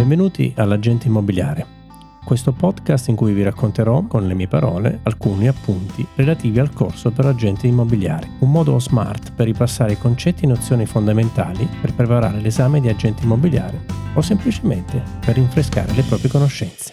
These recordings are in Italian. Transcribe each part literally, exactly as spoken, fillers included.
Benvenuti all'Agente Immobiliare, questo podcast in cui vi racconterò con le mie parole alcuni appunti relativi al corso per agenti immobiliari, un modo smart per ripassare i concetti e nozioni fondamentali per preparare l'esame di agente immobiliare o semplicemente per rinfrescare le proprie conoscenze.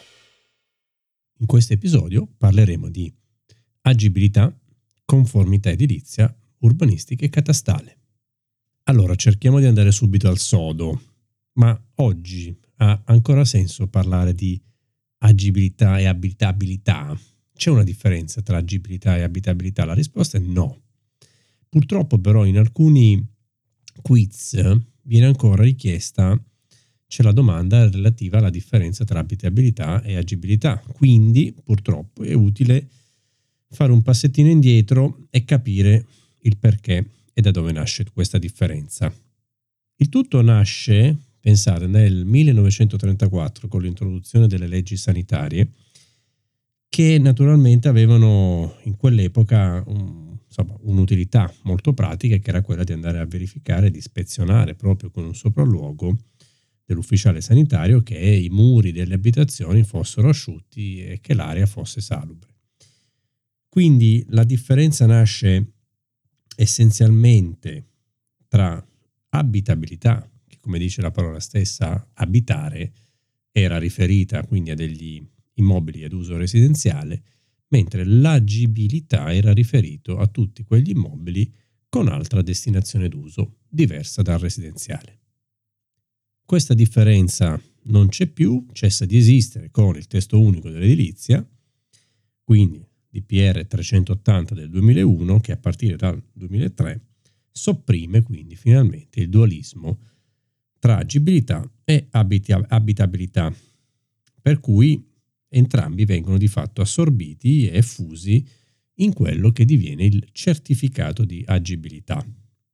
In questo episodio parleremo di agibilità, conformità edilizia, urbanistica e catastale. Allora cerchiamo di andare subito al sodo, ma oggi ha ancora senso parlare di agibilità e abitabilità? C'è una differenza tra agibilità e abitabilità? La risposta è no. Purtroppo però in alcuni quiz viene ancora richiesta, c'è la domanda relativa alla differenza tra abitabilità e agibilità. Quindi purtroppo è utile fare un passettino indietro e capire il perché e da dove nasce questa differenza. Il tutto nasce, pensate, nel millenovecentotrentaquattro con l'introduzione delle leggi sanitarie che naturalmente avevano in quell'epoca un, insomma, un'utilità molto pratica, che era quella di andare a verificare, di ispezionare proprio con un sopralluogo dell'ufficiale sanitario che i muri delle abitazioni fossero asciutti e che l'aria fosse salubre. Quindi la differenza nasce essenzialmente tra abitabilità, che come dice la parola stessa, abitare, era riferita quindi a degli immobili ad uso residenziale, mentre l'agibilità era riferito a tutti quegli immobili con altra destinazione d'uso, diversa dal residenziale. Questa differenza non c'è più, cessa di esistere con il testo unico dell'edilizia, quindi D P R trecentottanta del duemilauno, che a partire dal duemilatré sopprime quindi finalmente il dualismo tra agibilità e abita- abitabilità, per cui entrambi vengono di fatto assorbiti e fusi in quello che diviene il certificato di agibilità.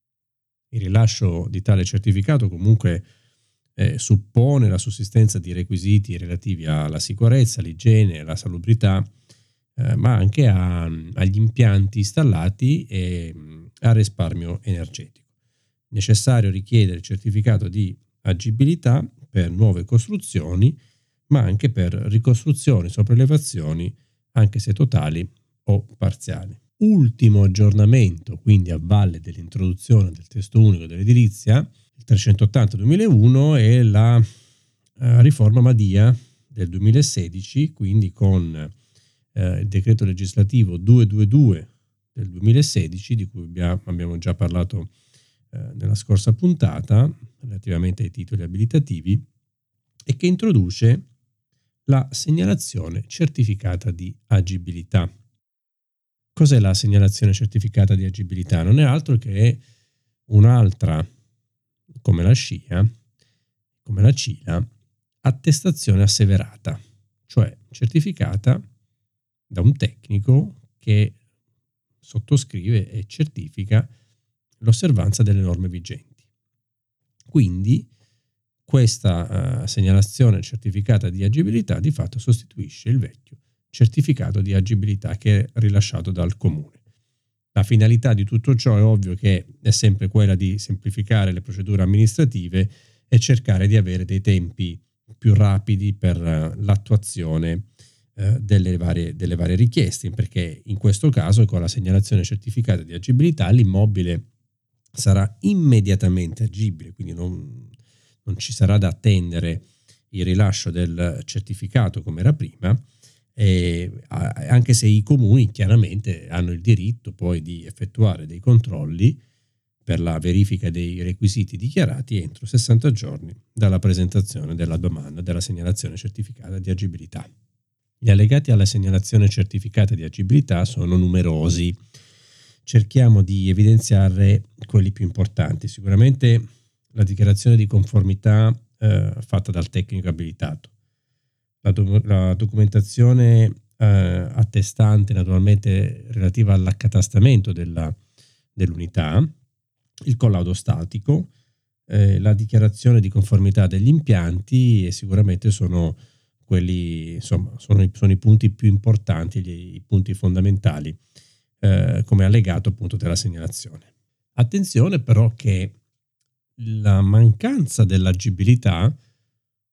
Il rilascio di tale certificato comunque eh, suppone la sussistenza di requisiti relativi alla sicurezza, all'igiene, alla salubrità, eh, ma anche a, agli impianti installati e al risparmio energetico. Necessario richiedere il certificato di agibilità per nuove costruzioni, ma anche per ricostruzioni, sopraelevazioni, anche se totali o parziali. Ultimo aggiornamento, quindi a valle dell'introduzione del testo unico dell'edilizia, il trecentottanta duemilauno, è la eh, riforma Madia del duemilasedici, quindi con eh, il decreto legislativo duecentoventidue del duemilasedici, di cui abbiamo, abbiamo già parlato eh, nella scorsa puntata, relativamente ai titoli abilitativi, e che introduce la segnalazione certificata di agibilità. Cos'è la segnalazione certificata di agibilità? Non è altro che un'altra, come la SCIA, come la CILA, attestazione asseverata, cioè certificata da un tecnico che sottoscrive e certifica l'osservanza delle norme vigenti. Quindi questa uh, segnalazione certificata di agibilità di fatto sostituisce il vecchio certificato di agibilità che è rilasciato dal comune. La finalità di tutto ciò è ovvio che è sempre quella di semplificare le procedure amministrative e cercare di avere dei tempi più rapidi per uh, l'attuazione uh, delle varie, delle varie richieste, perché in questo caso con la segnalazione certificata di agibilità l'immobile sarà immediatamente agibile, quindi non non ci sarà da attendere il rilascio del certificato come era prima, e anche se i comuni chiaramente hanno il diritto poi di effettuare dei controlli per la verifica dei requisiti dichiarati entro sessanta giorni dalla presentazione della domanda della segnalazione certificata di agibilità. Gli allegati alla segnalazione certificata di agibilità sono numerosi. Cerchiamo di evidenziare quelli più importanti. Sicuramente la dichiarazione di conformità eh, fatta dal tecnico abilitato, la, do- la documentazione eh, attestante naturalmente relativa all'accatastamento della, dell'unità, il collaudo statico, eh, la dichiarazione di conformità degli impianti, e sicuramente sono quelli, insomma, sono i, sono i punti più importanti, gli, i punti fondamentali eh, come allegato appunto della segnalazione. Attenzione però che la mancanza dell'agibilità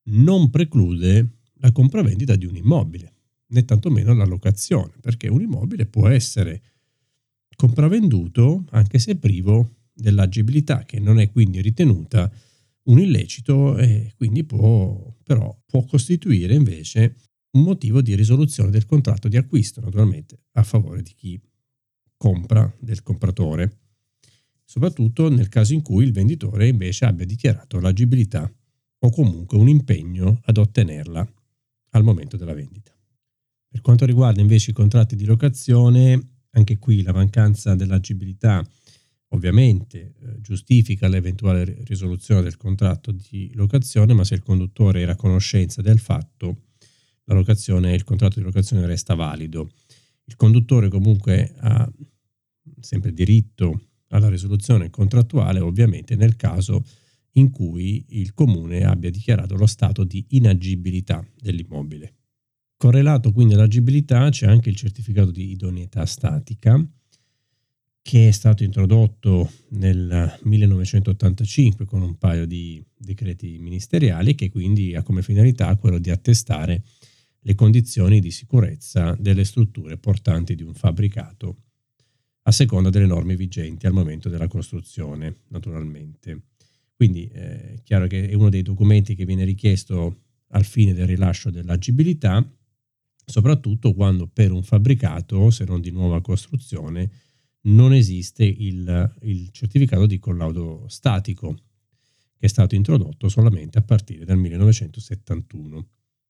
non preclude la compravendita di un immobile, né tantomeno la locazione, perché un immobile può essere compravenduto anche se privo dell'agibilità, che non è quindi ritenuta un illecito e quindi può, però, può costituire invece un motivo di risoluzione del contratto di acquisto, naturalmente a favore di chi compra, del compratore, soprattutto nel caso in cui il venditore invece abbia dichiarato l'agibilità o comunque un impegno ad ottenerla al momento della vendita. Per quanto riguarda invece i contratti di locazione, anche qui la mancanza dell'agibilità ovviamente eh, giustifica l'eventuale risoluzione del contratto di locazione, ma se il conduttore era a conoscenza del fatto, la locazione, il contratto di locazione resta valido. Il conduttore comunque ha sempre diritto alla risoluzione contrattuale, ovviamente nel caso in cui il comune abbia dichiarato lo stato di inagibilità dell'immobile. Correlato quindi all'agibilità c'è anche il certificato di idoneità statica, che è stato introdotto nel millenovecentottantacinque con un paio di decreti ministeriali, che quindi ha come finalità quello di attestare le condizioni di sicurezza delle strutture portanti di un fabbricato a seconda delle norme vigenti al momento della costruzione, naturalmente. Quindi eh, è chiaro che è uno dei documenti che viene richiesto al fine del rilascio dell'agibilità, soprattutto quando per un fabbricato, se non di nuova costruzione, non esiste il, il certificato di collaudo statico, che è stato introdotto solamente a partire dal millenovecentosettantuno.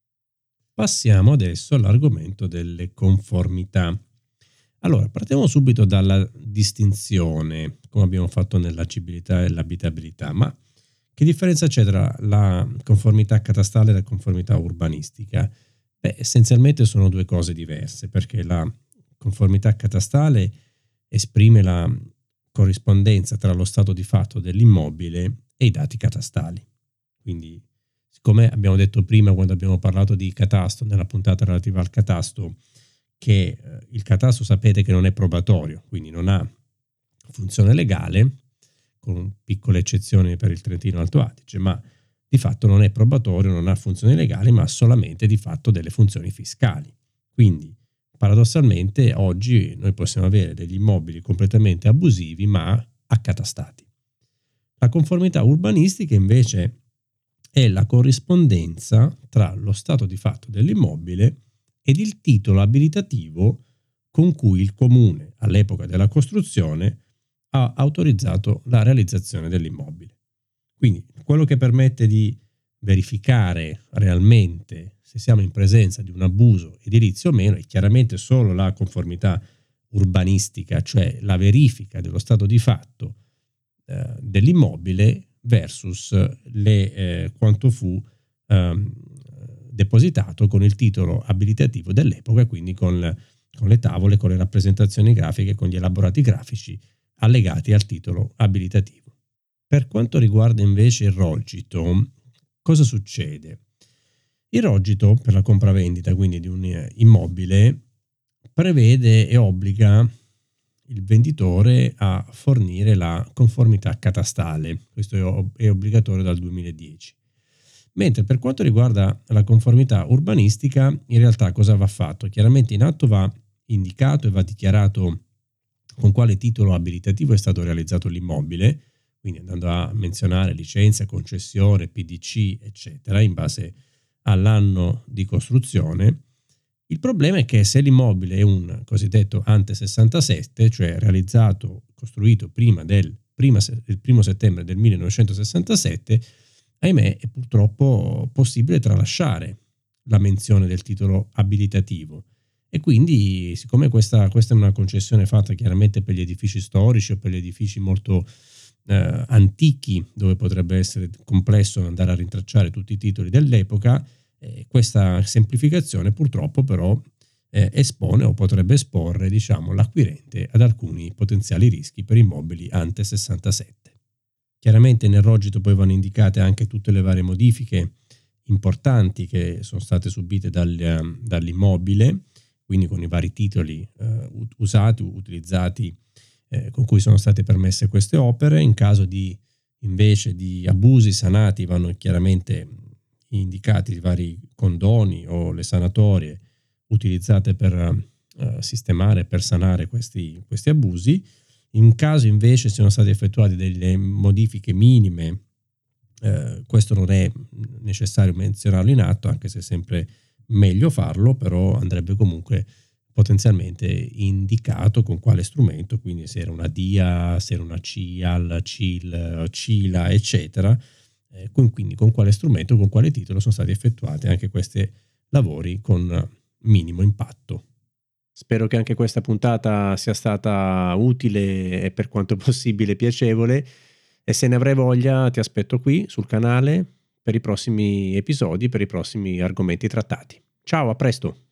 Passiamo adesso all'argomento delle conformità. Allora, partiamo subito dalla distinzione, come abbiamo fatto nell'agibilità e l'abitabilità, ma che differenza c'è tra la conformità catastale e la conformità urbanistica? Beh, essenzialmente sono due cose diverse, perché la conformità catastale esprime la corrispondenza tra lo stato di fatto dell'immobile e i dati catastali. Quindi, siccome abbiamo detto prima quando abbiamo parlato di catasto, nella puntata relativa al catasto, che eh, il catasto sapete che non è probatorio, quindi non ha funzione legale, con piccole eccezioni per il Trentino Alto Adige, ma di fatto non è probatorio, non ha funzioni legali, ma solamente di fatto delle funzioni fiscali. Quindi, paradossalmente, oggi noi possiamo avere degli immobili completamente abusivi, ma accatastati. La conformità urbanistica, invece, è la corrispondenza tra lo stato di fatto dell'immobile ed il titolo abilitativo con cui il comune, all'epoca della costruzione, ha autorizzato la realizzazione dell'immobile. Quindi quello che permette di verificare realmente se siamo in presenza di un abuso edilizio o meno è chiaramente solo la conformità urbanistica, cioè la verifica dello stato di fatto eh, dell'immobile versus le, eh, quanto fu eh, depositato con il titolo abilitativo dell'epoca, quindi con, con le tavole, con le rappresentazioni grafiche, con gli elaborati grafici allegati al titolo abilitativo. Per quanto riguarda invece il rogito, cosa succede? Il rogito per la compravendita, quindi di un immobile, prevede e obbliga il venditore a fornire la conformità catastale. Questo è, è obbligatorio dal duemiladieci. Mentre per quanto riguarda la conformità urbanistica, in realtà cosa va fatto? Chiaramente in atto va indicato e va dichiarato con quale titolo abilitativo è stato realizzato l'immobile, quindi andando a menzionare licenza, concessione, P D C, eccetera, in base all'anno di costruzione. Il problema è che se l'immobile è un cosiddetto ante sessantasette, cioè realizzato, costruito prima del, prima, del primo settembre del millenovecentosessantasette, ahimè è purtroppo possibile tralasciare la menzione del titolo abilitativo. E quindi, siccome questa, questa è una concessione fatta chiaramente per gli edifici storici o per gli edifici molto eh, antichi, dove potrebbe essere complesso andare a rintracciare tutti i titoli dell'epoca, eh, questa semplificazione purtroppo però eh, espone o potrebbe esporre, diciamo, l'acquirente ad alcuni potenziali rischi per immobili ante sessantasette. Chiaramente nel rogito poi vanno indicate anche tutte le varie modifiche importanti che sono state subite dal, dall'immobile, quindi con i vari titoli eh, usati, utilizzati, eh, con cui sono state permesse queste opere. In caso di invece di abusi sanati vanno chiaramente indicati i vari condoni o le sanatorie utilizzate per uh, sistemare, per sanare questi, questi abusi. In caso invece siano state effettuate delle modifiche minime, eh, questo non è necessario menzionarlo in atto, anche se è sempre meglio farlo, però andrebbe comunque potenzialmente indicato con quale strumento, quindi se era una D I A, se era una C I A L, C I L, C I L A, eccetera, eh, con, quindi con quale strumento, con quale titolo sono stati effettuati anche questi lavori con minimo impatto. Spero che anche questa puntata sia stata utile e per quanto possibile piacevole, e se ne avrai voglia ti aspetto qui sul canale per i prossimi episodi, per i prossimi argomenti trattati. Ciao, a presto!